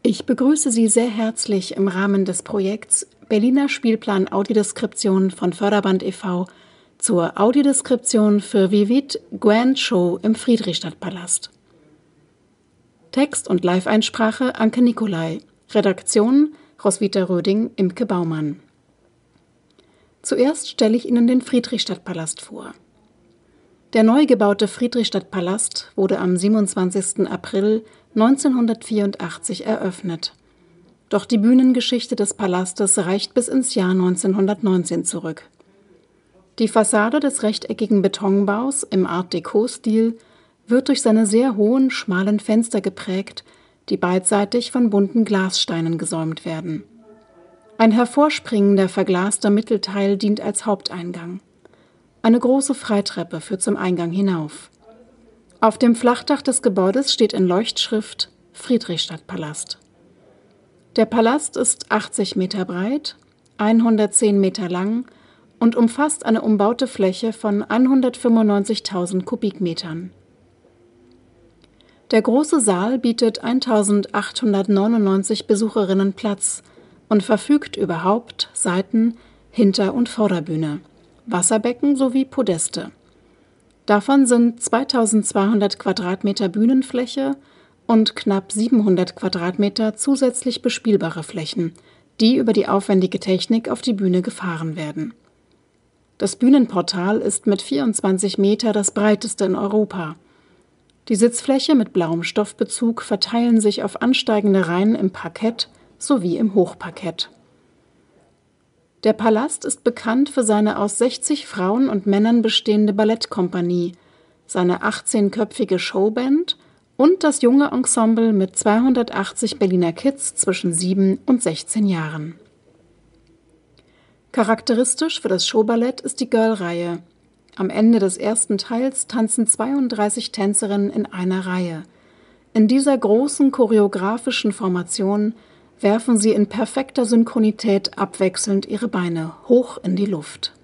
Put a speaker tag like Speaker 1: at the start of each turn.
Speaker 1: Ich begrüße Sie sehr herzlich im Rahmen des Projekts Berliner Spielplan Audiodeskription von Förderband e.V. zur Audiodeskription für Vivid Grand Show im Friedrichstadtpalast. Text und Live-Einsprache Anke Nicolai. Redaktion Roswitha Röding, Imke Baumann. Zuerst stelle ich Ihnen den Friedrichstadtpalast vor. Der neu gebaute Friedrichstadtpalast wurde am 27. April 1984 eröffnet. Doch die Bühnengeschichte des Palastes reicht bis ins Jahr 1919 zurück. Die Fassade des rechteckigen Betonbaus im Art-Déco-Stil wird durch seine sehr hohen, schmalen Fenster geprägt, die beidseitig von bunten Glassteinen gesäumt werden. Ein hervorspringender, verglaster Mittelteil dient als Haupteingang. Eine große Freitreppe führt zum Eingang hinauf. Auf dem Flachdach des Gebäudes steht in Leuchtschrift Friedrichstadtpalast. Der Palast ist 80 Meter breit, 110 Meter lang und umfasst eine umbaute Fläche von 195.000 Kubikmetern. Der große Saal bietet 1.899 Besucherinnen Platz und verfügt über Haupt-, Seiten-, Hinter- und Vorderbühne, Wasserbecken sowie Podeste. Davon sind 2.200 Quadratmeter Bühnenfläche und knapp 700 Quadratmeter zusätzlich bespielbare Flächen, die über die aufwendige Technik auf die Bühne gefahren werden. Das Bühnenportal ist mit 24 Meter das breiteste in Europa. Die Sitzfläche mit blauem Stoffbezug verteilen sich auf ansteigende Reihen im Parkett sowie im Hochparkett. Der Palast ist bekannt für seine aus 60 Frauen und Männern bestehende Ballettkompanie, seine 18-köpfige Showband und das junge Ensemble mit 280 Berliner Kids zwischen 7 und 16 Jahren. Charakteristisch für das Showballett ist die Girl-Reihe. Am Ende des ersten Teils tanzen 32 Tänzerinnen in einer Reihe. In dieser großen choreografischen Formation werfen sie in perfekter Synchronität abwechselnd ihre Beine hoch in die Luft.